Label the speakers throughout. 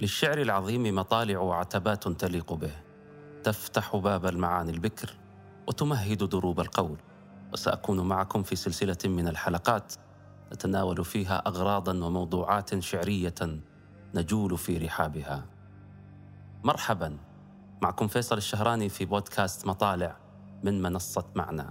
Speaker 1: للشعر العظيم مطالع وعتبات تليق به، تفتح باب المعاني البكر وتمهد دروب القول. وسأكون معكم في سلسلة من الحلقات نتناول فيها أغراضاً وموضوعات شعرية نجول في رحابها. مرحباً، معكم فيصل الشهراني في بودكاست مطالع من منصة معنى.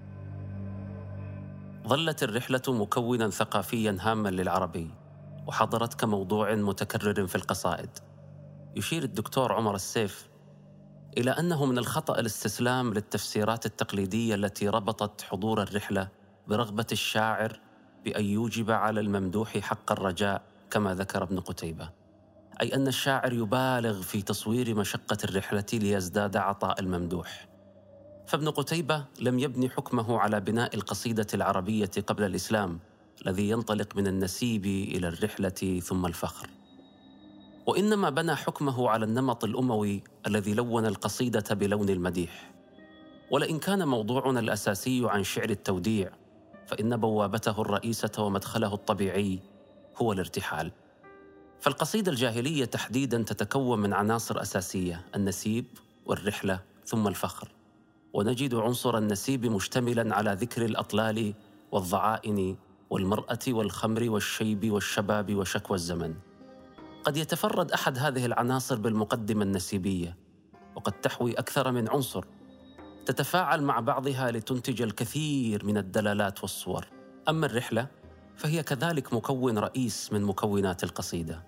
Speaker 1: ظلت الرحلة مكوناً ثقافياً هاماً للعربي، وحضرت كموضوع متكرر في القصائد. يشير الدكتور عمر السيف إلى أنه من الخطأ الاستسلام للتفسيرات التقليدية التي ربطت حضور الرحلة برغبة الشاعر بأن يوجب على الممدوح حق الرجاء، كما ذكر ابن قتيبة، أي أن الشاعر يبالغ في تصوير مشقة الرحلة ليزداد عطاء الممدوح. فابن قتيبة لم يبني حكمه على بناء القصيدة العربية قبل الإسلام الذي ينطلق من النسيب إلى الرحلة ثم الفخر، وإنما بنى حكمه على النمط الأموي الذي لون القصيدة بلون المديح. ولئن كان موضوعنا الأساسي عن شعر التوديع، فإن بوابته الرئيسة ومدخله الطبيعي هو الارتحال. فالقصيدة الجاهلية تحديداً تتكون من عناصر أساسية: النسيب والرحلة ثم الفخر. ونجد عنصر النسيب مشتملاً على ذكر الأطلال والضعائن والمرأة والخمر والشيب والشباب وشكوى الزمن. قد يتفرد أحد هذه العناصر بالمقدمة النسيبية، وقد تحوي أكثر من عنصر تتفاعل مع بعضها لتنتج الكثير من الدلالات والصور. أما الرحلة فهي كذلك مكون رئيس من مكونات القصيدة،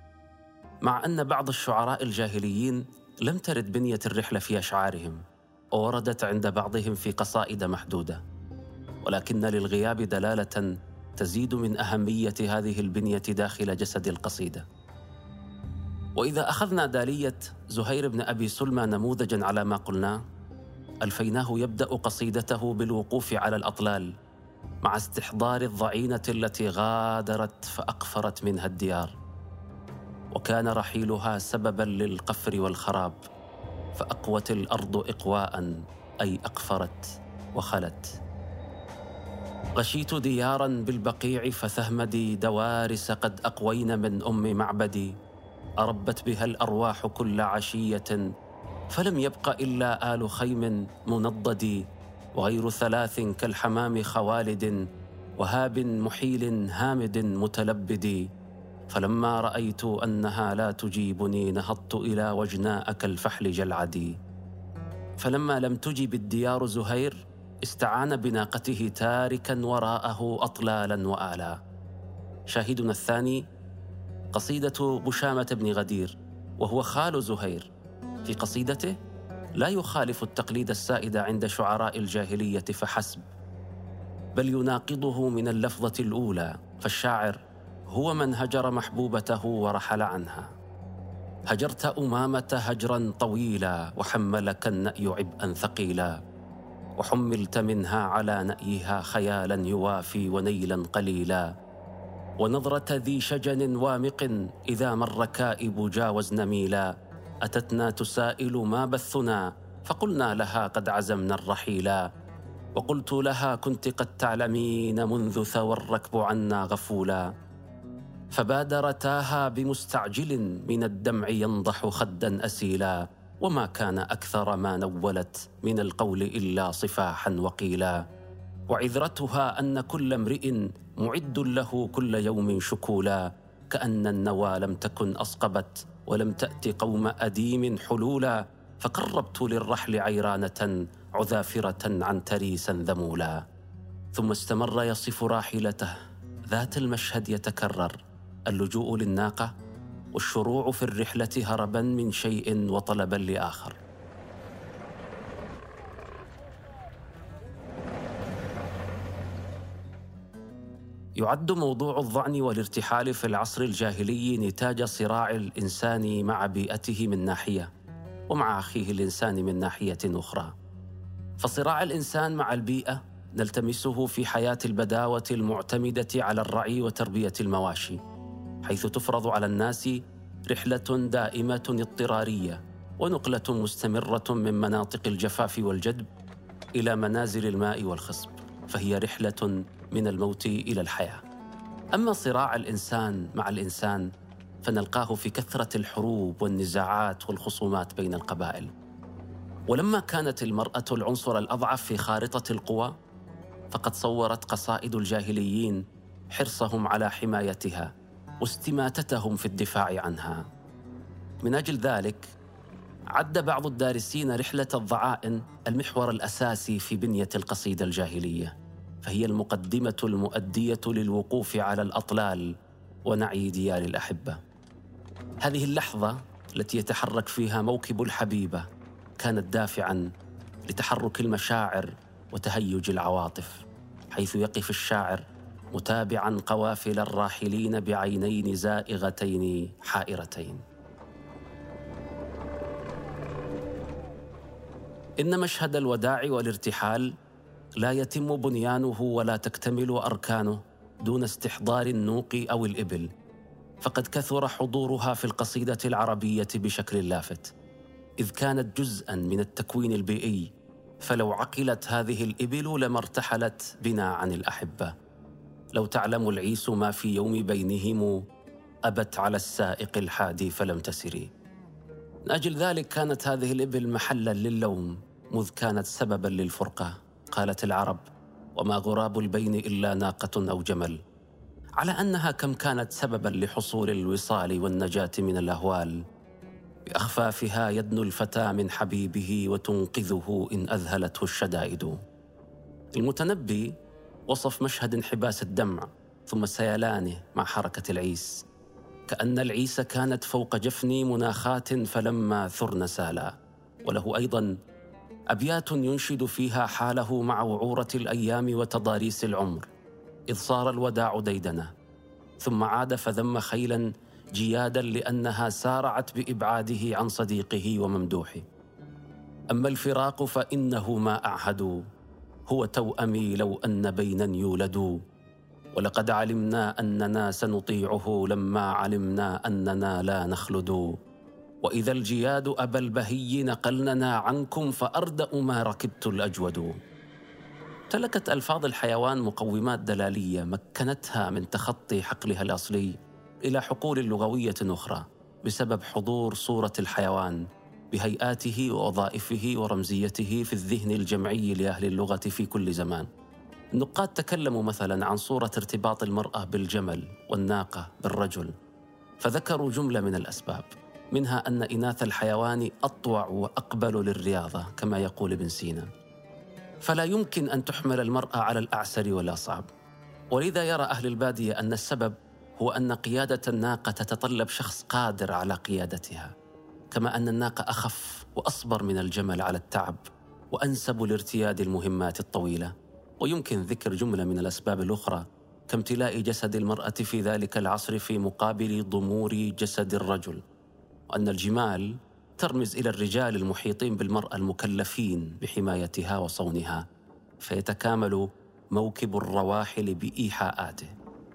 Speaker 1: مع أن بعض الشعراء الجاهليين لم ترد بنية الرحلة في أشعارهم، ووردت عند بعضهم في قصائد محدودة، ولكن للغياب دلالة تزيد من أهمية هذه البنية داخل جسد القصيدة. وإذا أخذنا دالية زهير بن أبي سلمى نموذجاً على ما قلناه، ألفيناه يبدأ قصيدته بالوقوف على الأطلال مع استحضار الضعينة التي غادرت فأقفرت منها الديار، وكان رحيلها سبباً للقفر والخراب، فأقوت الأرض إقواءً أي أقفرت وخلت. غشيت دياراً بالبقيع فثهمدي، دوارس قد أقوين من أم معبدي، أربت بها الأرواح كل عشية، فلم يبق إلا آل خيم منضد، وغير ثلاث كالحمام خوالد، وهاب محيل هامد متلبد. فلما رأيت أنها لا تجيبني، نهضت إلى وجناء كالفحل جلعدي. فلما لم تجب الديار زهير، استعان بناقته تاركا وراءه أطلالا وآلا. شاهدنا الثاني قصيدة بشامة بن غدير، وهو خال زهير. في قصيدته لا يخالف التقليد السائد عند شعراء الجاهلية فحسب، بل يناقضه من اللفظة الأولى. فالشاعر هو من هجر محبوبته ورحل عنها. هجرت أمامة هجرا طويلا، وحملك النأي عبئا ثقيلا، وحملت منها على نأيها خيالا يوافي ونيلا قليلا، ونظرة ذي شجن وامق إذا مر كائب جاوزن ميلا، أتتنا تسائل ما بثنا، فقلنا لها قد عزمنا الرحيلا، وقلت لها كنت قد تعلمين منذ ثوى الركب عنا غفولا، فبادرتاها بمستعجل من الدمع ينضح خدا أسيلا، وما كان أكثر ما نولت من القول إلا صفاحا وقيلا، وعذرتها أن كل امرئ معد له كل يوم شكولا، كأن النوى لم تكن أصقبت ولم تأت قوم أديم حلولا، فقربت للرحل عيرانة عذافرة عن تريسا ذمولا. ثم استمر يصف راحلته، ذات المشهد يتكرر: اللجوء للناقة والشروع في الرحلة هربا من شيء وطلبا لآخر. يعد موضوع الظعن والارتحال في العصر الجاهلي نتاج صراع الإنسان مع بيئته من ناحية، ومع أخيه الإنسان من ناحية أخرى. فصراع الإنسان مع البيئة نلتمسه في حياة البداوة المعتمدة على الرعي وتربية المواشي، حيث تفرض على الناس رحلة دائمة اضطرارية ونقلة مستمرة من مناطق الجفاف والجدب إلى منازل الماء والخصب، فهي رحلة من الموت إلى الحياة. أما صراع الإنسان مع الإنسان فنلقاه في كثرة الحروب والنزاعات والخصومات بين القبائل. ولما كانت المرأة العنصر الأضعف في خارطة القوى، فقد صورت قصائد الجاهليين حرصهم على حمايتها واستماتتهم في الدفاع عنها. من أجل ذلك عد بعض الدارسين رحلة الضعائن المحور الأساسي في بنية القصيدة الجاهلية، فهي المقدمة المؤدية للوقوف على الأطلال ونعي ديار الأحبة. هذه اللحظة التي يتحرك فيها موكب الحبيبة كانت دافعاً لتحرك المشاعر وتهيج العواطف، حيث يقف الشاعر متابعاً قوافل الراحلين بعينين زائغتين حائرتين. إن مشهد الوداع والارتحال لا يتم بنيانه ولا تكتمل أركانه دون استحضار النوق أو الإبل، فقد كثر حضورها في القصيدة العربية بشكل لافت، إذ كانت جزءاً من التكوين البيئي. فلو عقلت هذه الإبل لما ارتحلت بنا عن الأحبة. لو تعلم العيس ما في يوم بينهم، أبت على السائق الحادي فلم تسري. من أجل ذلك كانت هذه الإبل محلاً للوم، مذ كانت سبباً للفرقة. قالت العرب: وما غراب البين إلا ناقة أو جمل، على أنها كم كانت سبباً لحصول الوصال والنجاة من الأهوال. بأخفافها يدنو الفتى من حبيبه وتنقذه إن أذهلته الشدائد. المتنبي وصف مشهد انحباس الدمع ثم سيلانه مع حركة العيس، كأن العيس كانت فوق جفني مناخات فلما ثرن سالا. وله أيضاً أبيات ينشد فيها حاله مع وعورة الأيام وتضاريس العمر، إذ صار الوداع ديدنة، ثم عاد فذم خيلاً جياداً لأنها سارعت بإبعاده عن صديقه وممدوحه. أما الفراق فإنه ما أعهدوا، هو توأمي لو أن بيناً يولدوا، ولقد علمنا أننا سنطيعه لما علمنا أننا لا نخلد. وإذا الجياد أبى البهي نقلننا عنكم، فأردأ ما ركبت الأجود. تلكت ألفاظ الحيوان مقومات دلالية مكنتها من تخطي حقلها الأصلي إلى حقول لغوية أخرى، بسبب حضور صورة الحيوان بهيئاته ووظائفه ورمزيته في الذهن الجمعي لأهل اللغة في كل زمان. النقاد تكلموا مثلا عن صورة ارتباط المرأة بالجمل والناقة بالرجل، فذكروا جملة من الأسباب، منها أن إناث الحيوان أطوع وأقبل للرياضة كما يقول ابن سينا، فلا يمكن أن تحمل المرأة على الأعسر والأصعب. ولذا يرى أهل البادية أن السبب هو أن قيادة الناقة تتطلب شخص قادر على قيادتها، كما أن الناقة أخف وأصبر من الجمل على التعب وأنسب لارتياد المهمات الطويلة. ويمكن ذكر جملة من الأسباب الأخرى كامتلاء جسد المرأة في ذلك العصر في مقابل ضمور جسد الرجل، وأن الجمال ترمز إلى الرجال المحيطين بالمرأة المكلفين بحمايتها وصونها، فيتكامل موكب الرواحل بإيحاءاته.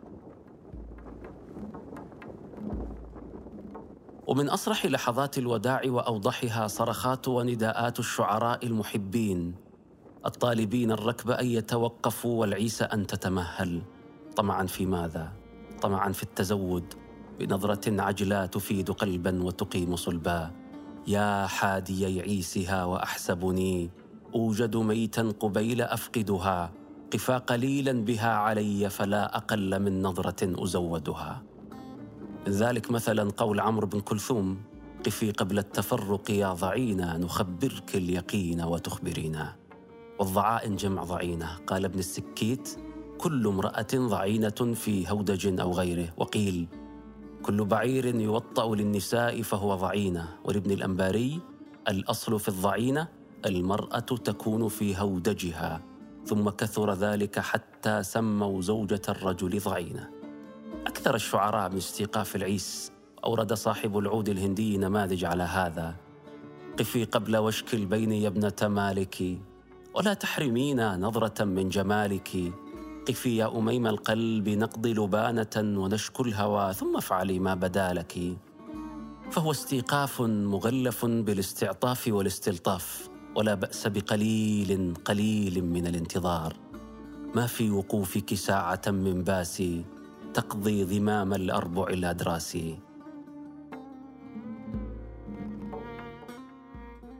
Speaker 1: ومن أصرح لحظات الوداع وأوضحها صرخات ونداءات الشعراء المحبين الطالبين الركب أن يتوقفوا والعيس أن تتمهل. طمعاً في ماذا؟ طمعاً في التزود بنظرة عجلة تفيد قلباً وتقيم صلبا. يا حادي عيسها وأحسبني أوجد ميتاً قبيل أفقدها، قفا قليلاً بها علي فلا أقل من نظرة أزودها. من ذلك مثلاً قول عمرو بن كلثوم: قفي قبل التفرق يا ضعينا، نخبرك اليقين وتخبرينا. والضعائن جمع ضعينة. قال ابن السكيت: كل امرأة ضعينة في هودج أو غيره. وقيل: كل بعير يوطأ للنساء فهو ضعينة. ولابن الأنباري: الأصل في الضعينة المرأة تكون في هودجها، ثم كثر ذلك حتى سموا زوجة الرجل ضعينة. أكثر الشعراء من استيقاف العيس. أورد صاحب العود الهندي نماذج على هذا: قفي قبل وشك البين يا ابنة مالك، ولا تحرمينا نظرة من جمالك. قفي يا أميم القلب نقضي لبانة ونشكو الهوى، ثم افعلي ما بدا لك. فهو استيقاف مغلف بالاستعطاف والاستلطاف، ولا بأس بقليل قليل من الانتظار. ما في وقوفك ساعة من باسي تقضي ذمام الأربع الأدراس.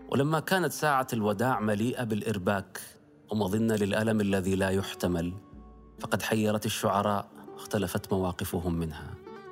Speaker 1: ولما كانت ساعة الوداع مليئة بالإرباك ومظنة للألم الذي لا يحتمل، فقد حيرت الشعراء واختلفت مواقفهم منها.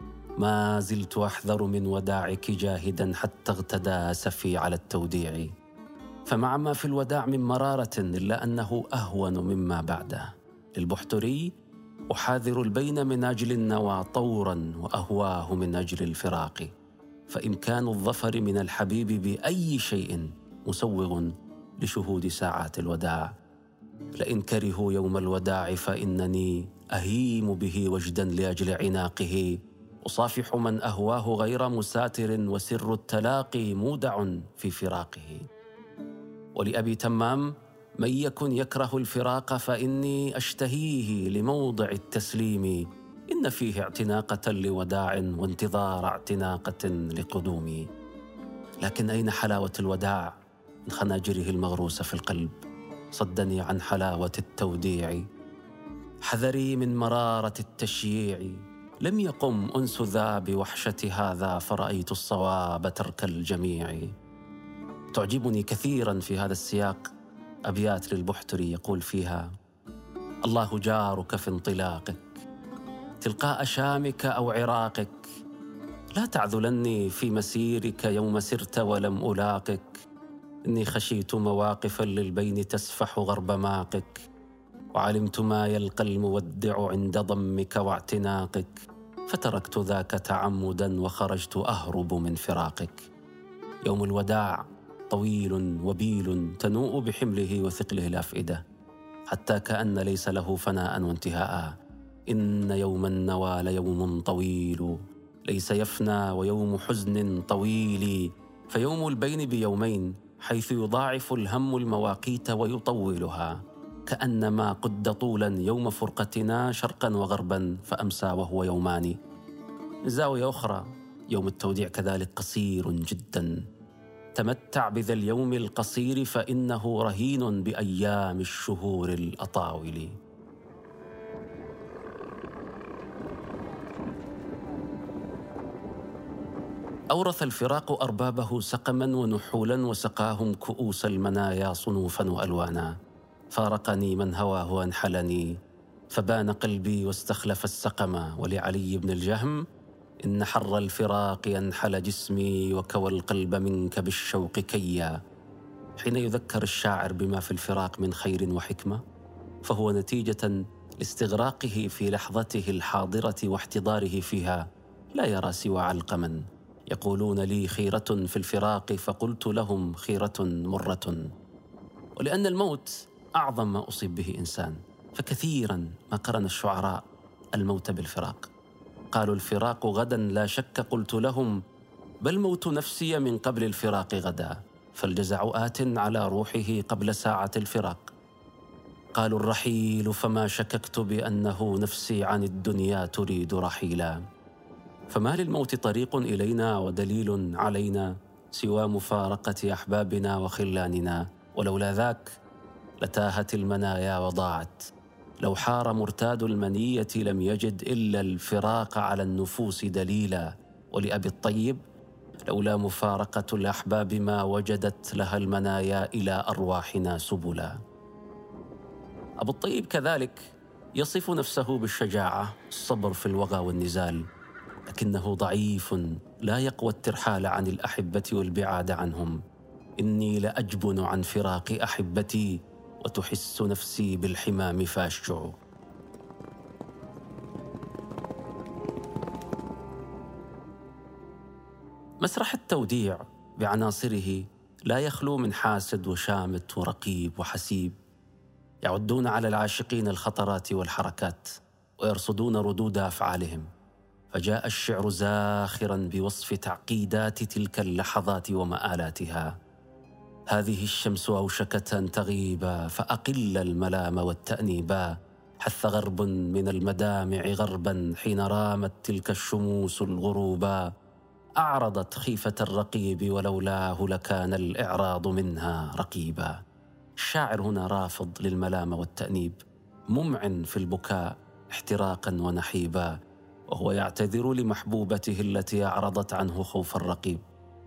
Speaker 1: ما زلت أحذر من وداعك جاهدا حتى اغتدى سفي على التوديع، فمع ما في الوداع من مرارة إلا أنه أهون مما بعده. للبحتري: أحاذر البين من أجل النوى طورا وأهواه من أجل الفراق، فإمكان الظفر من الحبيب بأي شيء مسوغ لشهود ساعات الوداع. لئن كرهوا يوم الوداع فإنني أهيم به وجدا لأجل عناقه، أصافح من أهواه غير مساتر وسر التلاقي مودع في فراقه. ولأبي تمام: من يكن يكره الفراق فإني أشتهيه لموضع التسليم، إن فيه اعتناقة لوداع وانتظار اعتناقة لقدوم. لكن أين حلاوة الوداع من خناجره المغروسة في القلب؟ صدني عن حلاوة التوديع. حذري من مرارة التشييع، لم يقم أنس ذا بوحشة هذا، فرأيت الصواب ترك الجميع. تعجبني كثيرا في هذا السياق أبيات للبحتري يقول فيها: الله جارك في انطلاقك تلقاء شامك أو عراقك، لا تعذلني في مسيرك يوم سرت ولم ألاقك، إني خشيت مواقفا للبين تسفح غرب ماقك، وعلمت ما يلقى المودع عند ضمك واعتناقك، فتركت ذاك تعمدا وخرجت أهرب من فراقك. يوم الوداع طويل وبيل تنوء بحمله وثقله الأفئدة، حتى كأن ليس له فناء وانتهاء. إن يوم النوى ليوم طويل ليس يفنى، ويوم حزن طويل، فيوم البين بيومين، حيث يضاعف الهم المواقيت ويطولها، كأنما قد طولا يوم فرقتنا شرقا وغربا فأمسى وهو يومان. من زاوية أخرى يوم التوديع كذلك قصير جدا، تمتع بذا اليوم القصير فإنه رهين بأيام الشهور الأطاول. أورث الفراق أربابه سقما ونحولا، وسقاهم كؤوس المنايا صنوفا وألوانا. فارقني من هواه أنحلني، فبان قلبي واستخلف السقم. ولعلي بن الجهم: إن حر الفراق أنحل جسمي، وكوى القلب منك بالشوق كيا. حين يذكر الشاعر بما في الفراق من خير وحكمة، فهو نتيجة لاستغراقه في لحظته الحاضرة واحتضاره فيها، لا يرى سوى علقما. يقولون لي خيرة في الفراق، فقلت لهم خيرة مرة. ولأن الموت أعظم ما أصيب به إنسان، فكثيرا ما قرن الشعراء الموت بالفراق. قالوا: الفراق غدا لا شك. قلت لهم: بل موت نفسي من قبل الفراق غدا، فالجزع آت على روحه قبل ساعة الفراق. قالوا: الرحيل. فما شككت بأنه نفسي عن الدنيا تريد رحيلا. فما للموت طريق إلينا ودليل علينا سوى مفارقة أحبابنا وخلاننا، ولولا ذاك لتاهت المنايا وضاعت. لو حار مرتاد المنية لم يجد إلا الفراق على النفوس دليلا. ولأبي الطيب: لولا مفارقة الأحباب ما وجدت لها المنايا إلى أرواحنا سبلا. أبو الطيب كذلك يصف نفسه بالشجاعة، الصبر في الوغى والنزال، لكنه ضعيف لا يقوى الترحال عن الأحبة والبعاد عنهم. إني لأجبن عن فراق أحبتي، وتحس نفسي بالحمام فأشجع. مسرح التوديع بعناصره لا يخلو من حاسد وشامت ورقيب وحسيب، يعدون على العاشقين الخطرات والحركات ويرصدون ردود أفعالهم. فجاء الشعر زاخرا بوصف تعقيدات تلك اللحظات ومآلاتها. هذه الشمس أوشكت أن تغيبا، فأقل الملام والتأنيبا. حث غرب من المدامع غربا، حين رامت تلك الشموس الغروبا. أعرضت خيفة الرقيب، ولولاه لكان الإعراض منها رقيبا. الشاعر هنا رافض للملام والتأنيب، ممعن في البكاء احتراقا ونحيبا، وهو يعتذر لمحبوبته التي أعرضت عنه خوف الرقيب.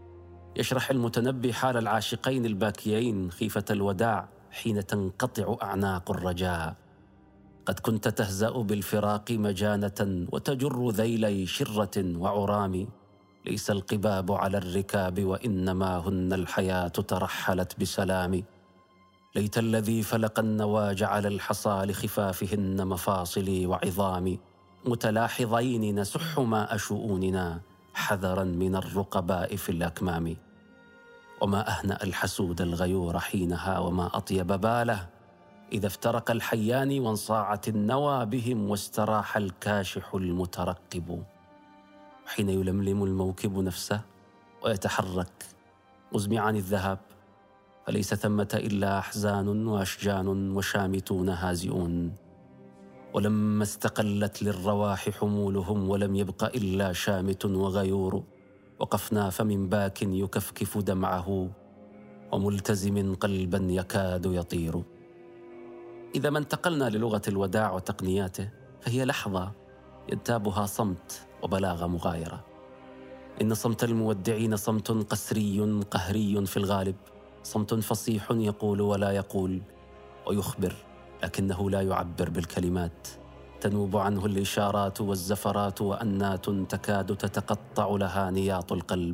Speaker 1: يشرح المتنبي حال العاشقين الباكيين خيفة الوداع حين تنقطع أعناق الرجاء. قد كنت تهزأ بالفراق مجانة وتجر ذيلي شرة وعرام، ليس القباب على الركاب وإنما هن الحياة ترحلت بسلام. ليت الذي فلق النواج على الحصى لخفافهن مفاصلي وعظامي، متلاحظين نسح ماء شؤوننا حذرا من الرقباء في الأكمام. وما أهنأ الحسود الغيور حينها وما أطيب باله، إذا افترق الحيان وانصاعت النوى بهم واستراح الكاشح المترقب. حين يلملم الموكب نفسه ويتحرك مزمعا الذهاب، فليس ثمة إلا أحزان وأشجان وشامتون هازئون. ولما استقلت للرواح حمولهم ولم يبق إلا شامت وغيور، وقفنا فمن باك يكفكف دمعه وملتزم قلبا يكاد يطير. إذا ما انتقلنا للغة الوداع وتقنياته، فهي لحظة ينتابها صمت وبلاغة مغايرة. إن صمت المودعين صمت قسري قهري في الغالب، صمت فصيح يقول ولا يقول ويخبر لكنه لا يعبر بالكلمات، تنوب عنه الإشارات والزفرات وأنات تكاد تتقطع لها نياط القلب.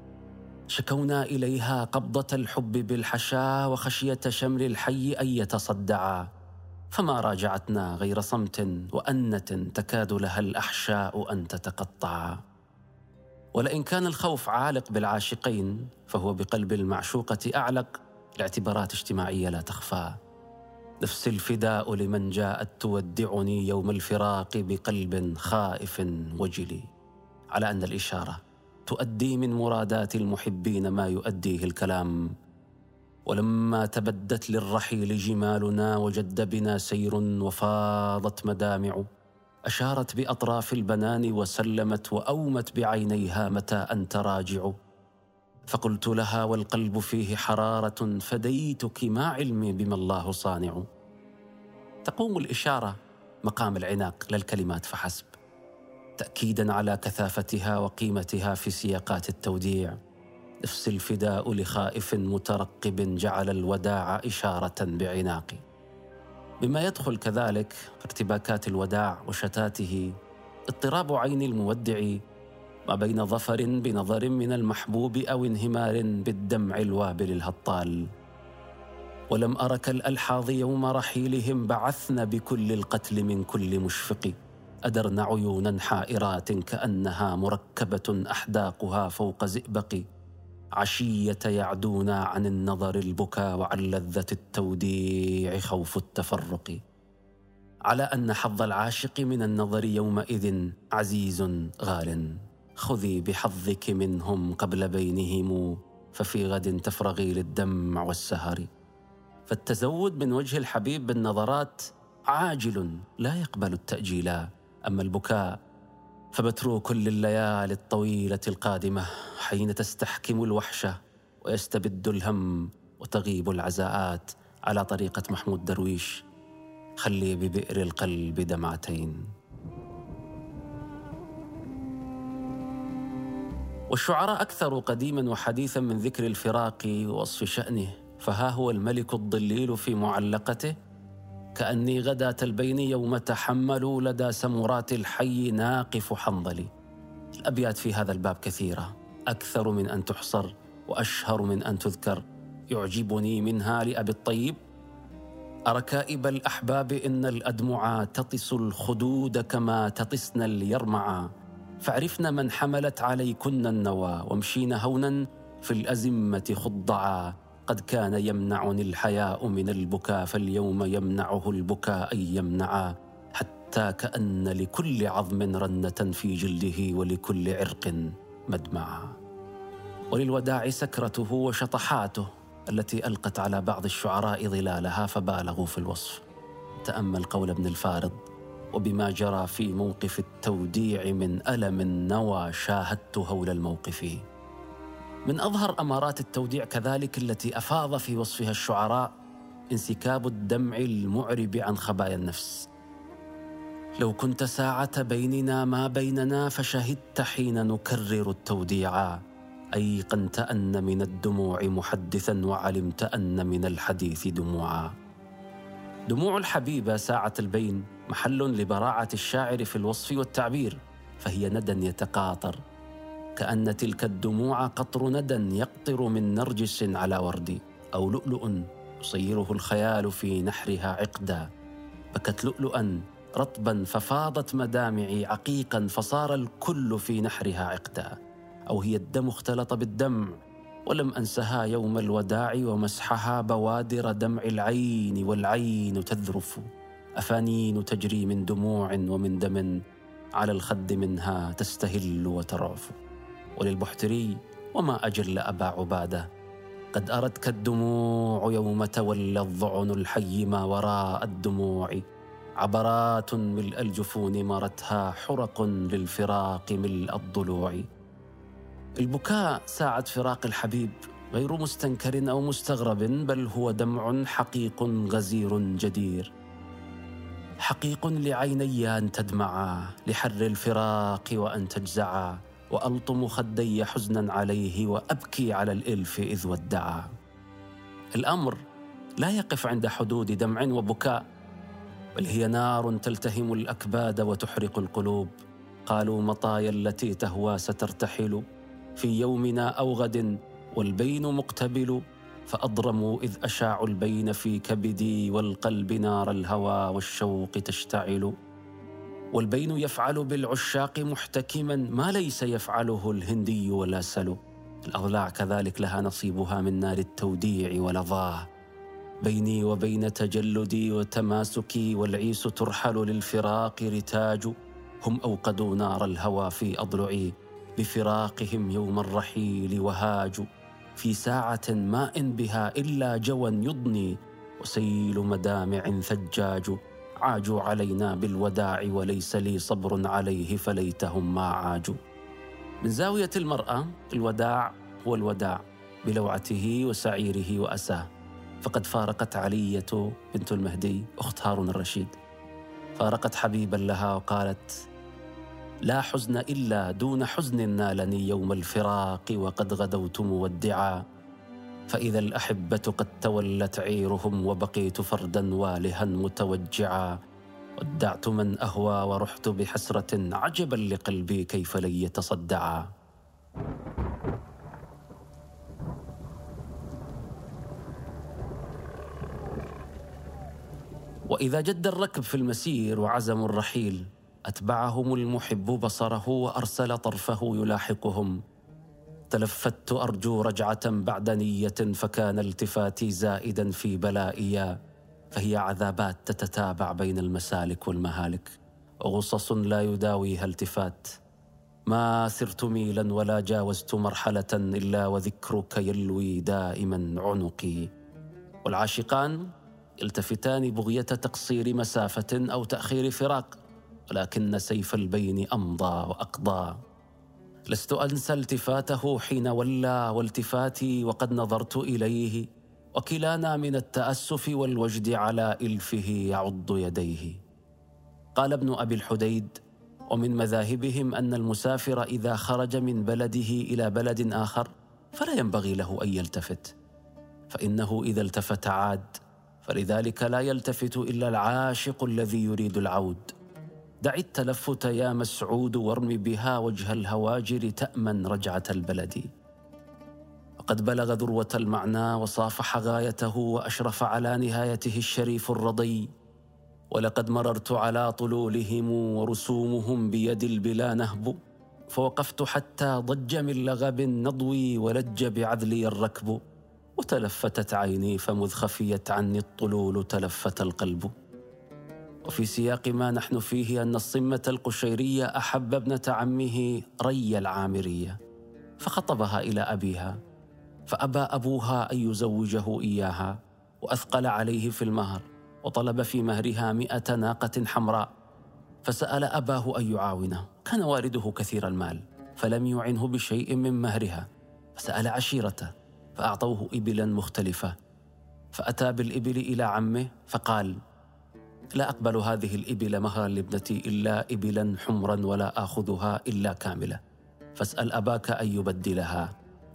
Speaker 1: شكونا إليها قبضة الحب بالحشا وخشية شمل الحي أن يتصدعا، فما راجعتنا غير صمت وأنة تكاد لها الأحشاء أن تتقطعا. ولئن كان الخوف عالق بالعاشقين، فهو بقلب المعشوقة أعلق لاعتبارات اجتماعية لا تخفى. نفس الفداء لمن جاءت تودعني يوم الفراق بقلب خائف وجلي، على أن الإشارة تؤدي من مرادات المحبين ما يؤديه الكلام. ولما تبدت للرحيل جمالنا وجد بنا سير وفاضت مدامع، أشارت بأطراف البنان وسلمت وأومت بعينيها متى أنت راجع. فقلت لها والقلب فيه حرارة فديتك ما علمي بما الله صانع. تقوم الإشارة مقام العناق لا الكلمات فحسب، تأكيدا على كثافتها وقيمتها في سياقات التوديع. نفس الفداء لخائف مترقب جعل الوداع إشارة بعناق. بما يدخل كذلك في ارتباكات الوداع وشتاته اضطراب عين المودع ما بين ظفر بنظر من المحبوب أو انهمار بالدمع الوابل الهطال. ولم أرك الألحاظ يوم رحيلهم بعثن بكل القتل من كل مشفق، أدرن عيونا حائرات كأنها مركبة أحداقها فوق زئبق، عشية يعدونا عن النظر البكا وعن لذة التوديع خوف التفرق. على أن حظ العاشق من النظر يومئذ عزيز غال، خذي بحظك منهم قبل بينهم، ففي غد تفرغي للدمع والسهر. فالتزود من وجه الحبيب بالنظرات عاجل لا يقبل التأجيلا، أما البكاء فمتروك لليالي الطويلة القادمة، حين تستحكم الوحشة ويستبد الهم وتغيب العزاءات، على طريقة محمود درويش: خلي ببئر القلب دمعتين. والشعراء أكثر قديما وحديثا من ذكر الفراق ووصف شأنه، فها هو الملك الضليل في معلقته: كأني غداة البين يوم تحملوا لدى سمرات الحي ناقف حنظلي. الأبيات في هذا الباب كثيرة، أكثر من أن تحصر وأشهر من أن تذكر. يعجبني منها لأبي الطيب: أركائب الأحباب إن الأدمعا تطس الخدود كما تطسن اليرمعا، فعرفن من حملت عليكن النوى وامشين هونا في الأزمة خضعا. قد كان يمنعني الحياء من البكاء فاليوم يمنعه البكاء أن يمنعا، حتى كأن لكل عظم رنة في جلده ولكل عرق مدمعا. وللوداع سكرته وشطحاته التي ألقت على بعض الشعراء ظلالها فبالغوا في الوصف. تأمل قول ابن الفارض: وبما جرى في موقف التوديع من ألم النوى شاهدت هول الموقف. من أظهر أمارات التوديع كذلك التي أفاض في وصفها الشعراء انسكاب الدمع المعرب عن خبايا النفس. لو كنت ساعة بيننا ما بيننا فشهدت حين نكرر التوديعا، أيقنت أن من الدموع محدثا وعلمت أن من الحديث دموعا. دموع الحبيبة ساعة البين محل لبراعة الشاعر في الوصف والتعبير، فهي ندى يتقاطر، كأن تلك الدموع قطر ندى يقطر من نرجس على ورد، أو لؤلؤ يصيره الخيال في نحرها عقدا. بكت لؤلؤا رطبا ففاضت مدامعي عقيقا فصار الكل في نحرها عقدا. أو هي الدم اختلط بالدمع ولم أنسها يوم الوداع ومسحها بوادر دمع العين والعين تذرف. أفانين تجري من دموع ومن دم على الخد منها تستهل وترعف. وللبحتري وما أجل أبا عبادة قد أردك الدموع يوم تولى الظعن الحي ما وراء الدموع. عبرات ملء الجفون مرتها حرق للفراق ملء الضلوع. البكاء ساعة فراق الحبيب غير مستنكر أو مستغرب، بل هو دمع حقيق غزير جدير. حقيق لعيني أن تدمعا لحر الفراق وأن تجزعا، وألطم خدي حزنا عليه وأبكي على الإلف إذ ودعا. الأمر لا يقف عند حدود دمع وبكاء، بل هي نار تلتهم الأكباد وتحرق القلوب. قالوا مطايا التي تهوى سترتحل في يومنا أو غد والبين مقتبل. فأضرموا إذ أشاعوا البين في كبدي والقلب نار الهوى والشوق تشتعل. والبين يفعل بالعشاق محتكما ما ليس يفعله الهندي ولا سلو. الأضلاع كذلك لها نصيبها من نار التوديع ولظاه. بيني وبين تجلدي وتماسكي والعيس ترحل للفراق رتاج. هم أوقدوا نار الهوى في أضلعي بفراقهم يوم الرحيل وهاجوا. في ساعة ما إن بها إلا جوى يضني وسيل مدامع ثجاج. عاجوا علينا بالوداع وليس لي صبر عليه فليتهم ما عاجوا. من زاوية المرأة الوداع هو الوداع بلوعته وسعيره وأساه. فقد فارقت علية بنت المهدي أخت هارون الرشيد، فارقت حبيبا لها وقالت: لا حزن إلا دون حزن نالني يوم الفراق وقد غدوت مودعا. فإذا الأحبة قد تولت عيرهم وبقيت فردا والها متوجعا. ودعت من أهوى ورحت بحسرة عجبا لقلبي كيف لن يتصدعا. وإذا جد الركب في المسير وعزموا الرحيل أتبعهم المحب بصره وأرسل طرفه يلاحقهم. تلفت أرجو رجعة بعد نية فكان التفاتي زائدا في بلائيا. فهي عذابات تتتابع بين المسالك والمهالك، غصص لا يداويها التفات. ما سرت ميلا ولا جاوزت مرحلة إلا وذكرك يلوي دائما عنقي. والعاشقان يلتفتان بغية تقصير مسافة أو تأخير فراق، ولكن سيف البين أمضى وأقضى. لست أنسى التفاته حين ولى والتفاتي وقد نظرت إليه، وكلانا من التأسف والوجد على إلفه يعض يديه. قال ابن أبي الحديد: ومن مذاهبهم أن المسافر إذا خرج من بلده إلى بلد آخر فلا ينبغي له أن يلتفت، فإنه إذا التفت عاد، فلذلك لا يلتفت إلا العاشق الذي يريد العود. دع التلفت يا مسعود وارم بها وجه الهواجر تأمن رجعة البلد. وقد بلغ ذروة المعنى وصافح غايته وأشرف على نهايته الشريف الرضي. ولقد مررت على طلولهم ورسومهم بيد البلا نهب، فوقفت حتى ضج من لغب نضوي ولج بعذلي الركب. وتلفتت عيني فمذ خفيت عني الطلول تلفت القلب. وفي سياق ما نحن فيه أن الصمة القشيرية أحب ابنة عمه ري العامرية، فخطبها إلى أبيها، فأبى أبوها أن يزوجه إياها، وأثقل عليه في المهر، وطلب في مهرها 100 ناقة حمراء. فسأل أباه أن يعاونه، كان والده كثير المال فلم يعنه بشيء من مهرها، فسأل عشيرته فأعطوه إبلا مختلفة. فأتى بالإبل إلى عمه فقال: لا أقبل هذه الإبل مهرا لابنتي إلا إبلا حمرا ولا آخذها إلا كاملة، فاسأل أباك أن يبدلها.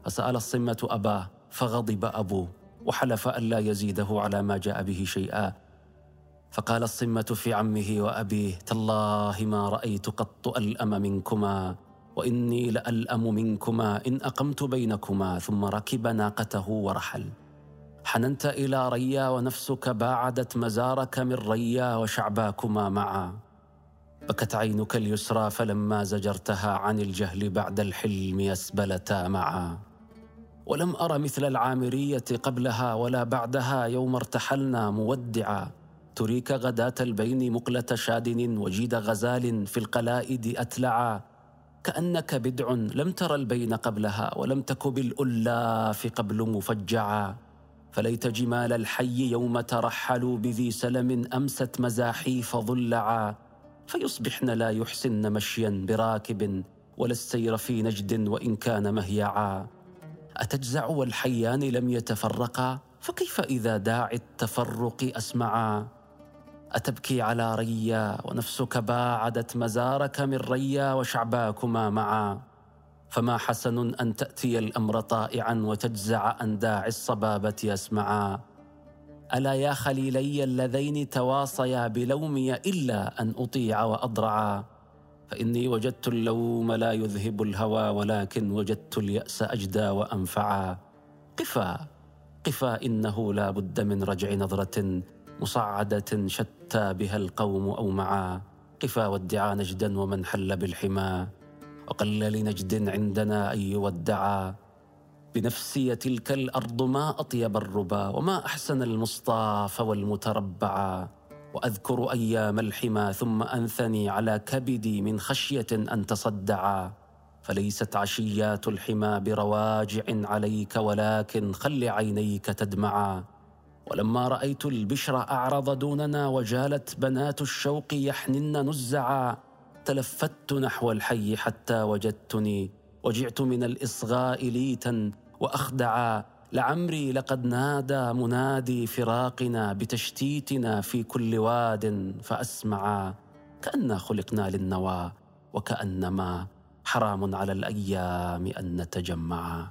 Speaker 1: فسأل الصمة أباه فغضب أبوه وحلف ألا يزيده على ما جاء به شيئا. فقال الصمة في عمه وأبيه: تالله ما رأيت قط ألأم منكما، وإني لألأم منكما إن أقمت بينكما. ثم ركب ناقته ورحل. حننت إلى ريا ونفسك باعدت مزارك من ريا وشعباكما معا. بكت عينك اليسرى فلما زجرتها عن الجهل بعد الحلم أسبلتا معا. ولم أر مثل العامرية قبلها ولا بعدها يوم ارتحلنا مودعا. تريك غداة البين مقلة شادن وجيد غزال في القلائد أتلعا. كأنك بدع لم تر البين قبلها ولم تك بالألاف قبل مفجعا. فليت جمال الحي يوم ترحلوا بذي سلم أمست مزاحيف ضلعا. فيصبحن لا يحسن مشيا براكب ولا السير في نجد وإن كان مهيعا. أتجزع والحيان لم يتفرقا، فكيف إذا داعي التفرق أسمعا. أتبكي على ريا ونفسك باعدت مزارك من ريا وشعباكما معا. فما حسن أن تأتي الأمر طائعا وتجزع عن داعي الصبابة أسمعا. ألا يا خليلي اللذين تواصيا بلومي إلا أن أطيع وأضرعا. فإني وجدت اللوم لا يذهب الهوى ولكن وجدت اليأس أجدى وأنفعا. قفا قفا إنه لا بد من رجع نظرة مصعدة شتى بها القوم أومعا. قفا وادعا نجدا ومن حل بالحمى وقل لنجد عندنا أن يودعا. بنفسي تلك الأرض ما أطيب الربا وما أحسن المصطاف والمتربعا. وأذكر أيام الحمى ثم أنثني على كبدي من خشية أن تصدعا. فليست عشيات الحمى برواجع عليك ولكن خل عينيك تدمعا. ولما رأيت البشر أعرض دوننا وجالت بنات الشوق يحنن نزعا. تلفت نحو الحي حتى وجدتني وجعت من الإصغاء ليتا وأخدعا. لعمري لقد نادى منادي فراقنا بتشتيتنا في كل واد فأسمعا. كأننا خلقنا للنوى وكأنما حرام على الأيام أن نتجمعا.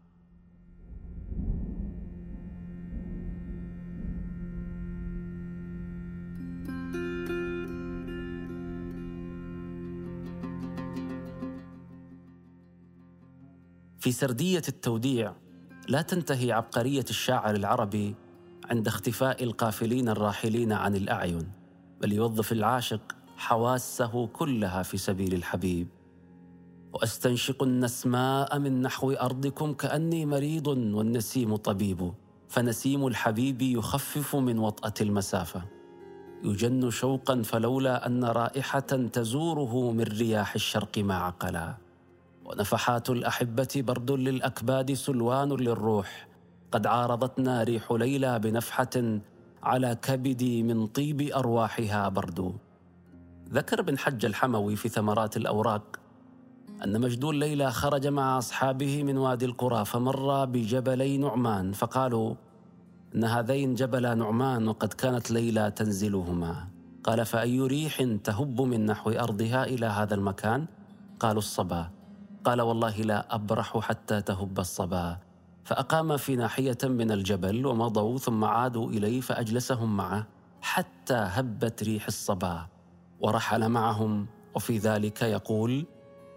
Speaker 1: في سردية التوديع لا تنتهي عبقرية الشاعر العربي عند اختفاء القافلين الراحلين عن الأعين، بل يوظف العاشق حواسه كلها في سبيل الحبيب. وأستنشق النسماء من نحو أرضكم كأني مريض والنسيم طبيب. فنسيم الحبيب يخفف من وطأة المسافة. يجن شوقا فلولا أن رائحة تزوره من رياح الشرق ما عقلا. ونفحات الأحبة برد للأكباد سلوان للروح. قد عارضتنا ريح ليلى بنفحة على كبدي من طيب أرواحها برد. ذكر ابن حج الحموي في ثمرات الأوراق أن مجدول ليلى خرج مع أصحابه من وادي القرى فمر بجبلي نعمان، فقالوا إن هذين جبلا نعمان وقد كانت ليلى تنزلهما. قال: فأي ريح تهب من نحو أرضها إلى هذا المكان؟ قالوا: الصبا. قال: والله لا أبرح حتى تهب الصبا. فأقام في ناحية من الجبل ومضوا ثم عادوا إليه فأجلسهم معه حتى هبت ريح الصبا ورحل معهم. وفي ذلك يقول: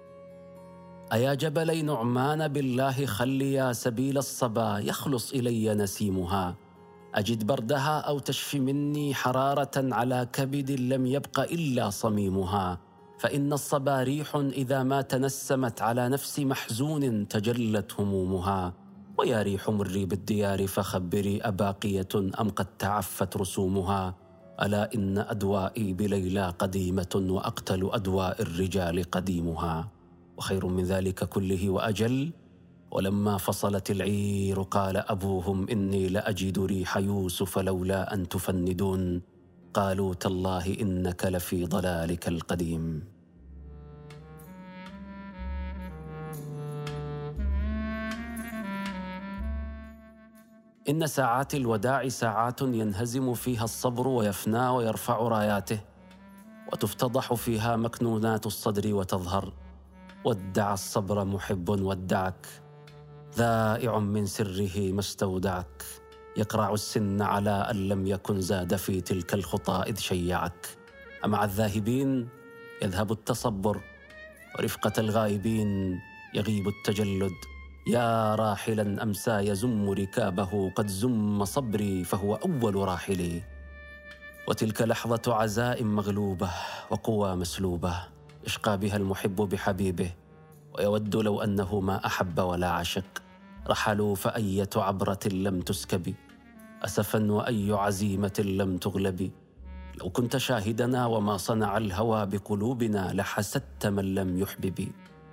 Speaker 1: أيا جبلي نعمان بالله خليا سبيل الصبا يخلص إلي نسيمها. أجد بردها أو تشفي مني حرارة على كبد لم يبق إلا صميمها. فإن الصبا ريح إذا ما تنسمت على نفس محزون تجلت همومها. ويا ريح مري بالديار فخبري أباقية أم قد تعفت رسومها. ألا إن أدوائي بليلى قديمة وأقتل أدواء الرجال قديمها. وخير من ذلك كله وأجل. ولما فصلت العير قال أبوهم: إني لأجد ريح يوسف لولا أن تفندون. قالوا: تالله إنك لفي ضلالك القديم. إن ساعات الوداع ساعات ينهزم فيها الصبر ويفنى ويرفع راياته، وتفتضح فيها مكنونات الصدر وتظهر. ودع الصبر محب ودعك، ذائع من سره ما استودعك، يقرع السن على أن لم يكن زاد في تلك الخطى إذ شيعك. أمع الذاهبين يذهب التصبر، ورفقة الغائبين يغيب التجلد. يا راحلا أمسى يزم ركابه، قد زم صبري فهو أول راحلي. وتلك لحظة عزاء مغلوبة وقوى مسلوبة، يشقى بها المحب بحبيبه، ويود لو أنه ما أحب ولا عشق. رحلوا فأية عبرة لم تسكب، أسفا وأي عزيمة لم تغلب. لو كنت شاهدنا وما صنع الهوى بقلوبنا، لحسدت من لم يحبب.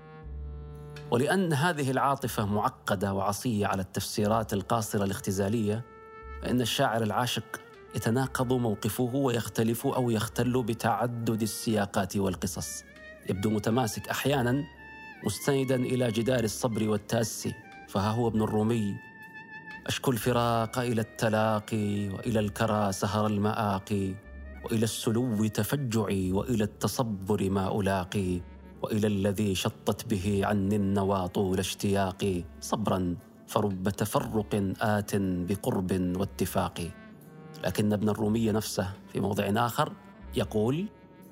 Speaker 1: ولأن هذه العاطفة معقدة وعصية على التفسيرات القاصرة الاختزالية، فإن الشاعر العاشق يتناقض موقفه ويختلف أو يختل بتعدد السياقات والقصص. يبدو متماسك أحيانا مستندا إلى جدار الصبر والتأسي، فها هو ابن الرومي: أشكو الفراق إلى التلاقي، وإلى الكرى سهر المآقي، وإلى السلو تفجعي، وإلى التصبر ما ألاقي، وإلى الذي شطت به عني النوى طول اشتياقي. صبرا فرب تفرق آت بقرب واتفاق. لكن ابن الرومي نفسه في موضع آخر يقول: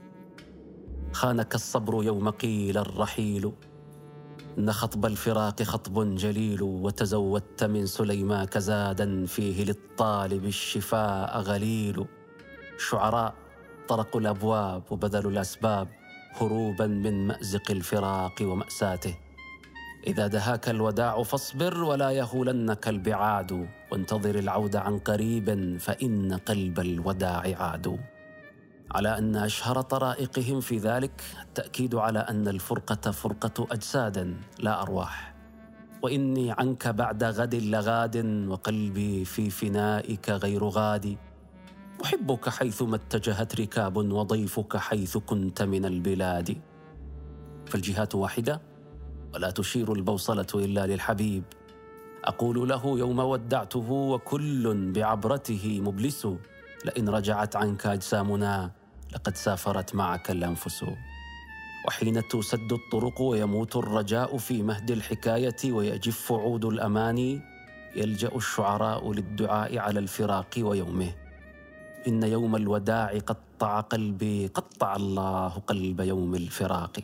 Speaker 1: خانك الصبر يوم قيل الرحيل، إن خطب الفراق خطب جليل، وتزودت من سليماك زادا فيه للطالب الشفاء غليل. شعراء طرقوا الأبواب وبذلوا الأسباب هروبا من مأزق الفراق ومأساته. إذا دهاك الوداع فاصبر، ولا يهولنك البعاد، وانتظر العود عن قريب، فإن قلب الوداع عاد. على أن أشهر طرائقهم في ذلك التأكيد على أن الفرقة فرقة أجساد لا أرواح. وإني عنك بعد غد لغاد، وقلبي في فنائك غير غاد. أحبك حيثما اتجهت ركاب، وضيفك حيث كنت من البلاد. فالجهات واحدة ولا تشير البوصلة إلا للحبيب. أقول له يوم ودعته وكل بعبرته مبلس، لئن رجعت عنك أجسامنا لقد سافرت معك الأنفس. وحين تسد الطرق ويموت الرجاء في مهد الحكاية ويجف عود الأماني، يلجأ الشعراء للدعاء على الفراق ويومه. إن يوم الوداع قطع قلبي، قطع الله قلب يوم الفراق.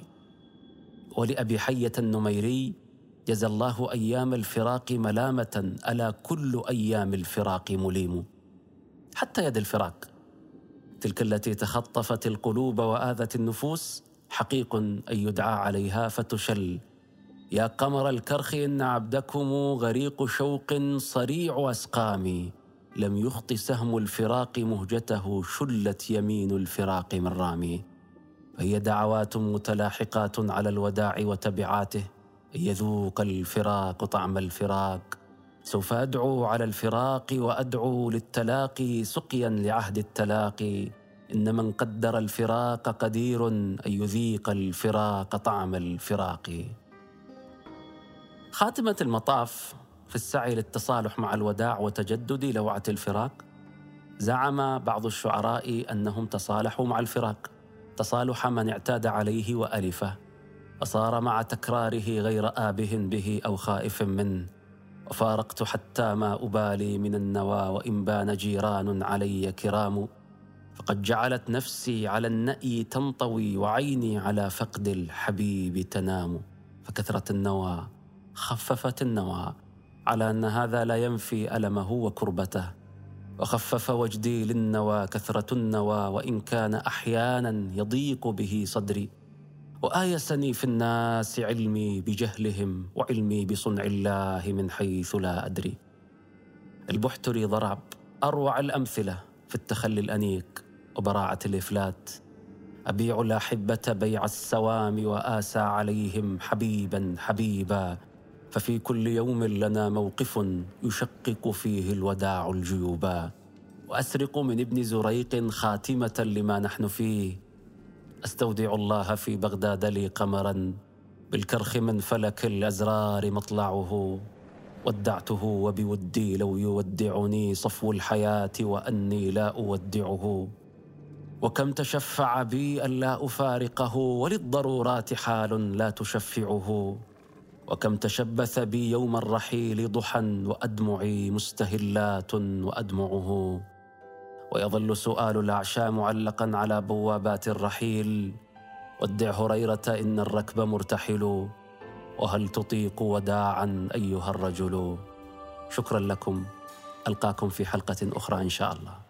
Speaker 1: ولأبي حية النميري: جزى الله أيام الفراق ملامة، ألا كل أيام الفراق مليم. حتى يد الفراق، تلك التي تخطفت القلوب وآذت النفوس، حقيق أن يدعى عليها فتشل. يا قمر الكرخ إن عبدكم غريق شوق صريع أسقام، لم يخط سهم الفراق مهجته، شلت يمين الفراق من رامي. فهي دعوات متلاحقات على الوداع وتبعاته، أن يذوق الفراق طعم الفراق. سوف أدعو على الفراق وأدعو للتلاقي، سقيا لعهد التلاقي. إن من قدر الفراق قدير أن يذيق الفراق طعم الفراق. خاتمة المطاف في السعي للتصالح مع الوداع وتجدد لوعة الفراق، زعم بعض الشعراء أنهم تصالحوا مع الفراق تصالح من اعتاد عليه وألفه، وصار مع تكراره غير آبه به أو خائف منه. وفارقت حتى ما أبالي من النوى، وإن بان جيران علي كرام. فقد جعلت نفسي على النأي تنطوي، وعيني على فقد الحبيب تنام. فكثرة النوى خففت النوى، على أن هذا لا ينفي ألمه وكربته. وخفف وجدي للنوى كثرة النوى، وإن كان أحيانا يضيق به صدري. وآيسني في الناس علمي بجهلهم، وعلمي بصنع الله من حيث لا أدري. البحتري ضرب أروع الأمثلة في التخلي الأنيق وبراعة الإفلات. أبيع الأحبة بيع السوام، وآسى عليهم حبيبا حبيبا. ففي كل يوم لنا موقف، يشقق فيه الوداع الجيوبا. وأسرق من ابن زريق خاتمة لما نحن فيه. أستودع الله في بغداد لي قمرا، بالكرخ من فلك الأزرار مطلعه. ودعته وبودي لو يودعني صفو الحياة، وأني لا أودعه. وكم تشفع بي ألا أفارقه، وللضرورات حال لا تشفعه. وكم تشبث بي يوم الرحيل ضحى وأدمعي مستهلات وأدمعه. ويظل سؤال الأعشى معلقا على بوابات الرحيل: ودع هريرة إن الركب مرتحل، وهل تطيق وداعا أيها الرجل؟ شكرا لكم، ألقاكم في حلقة أخرى إن شاء الله.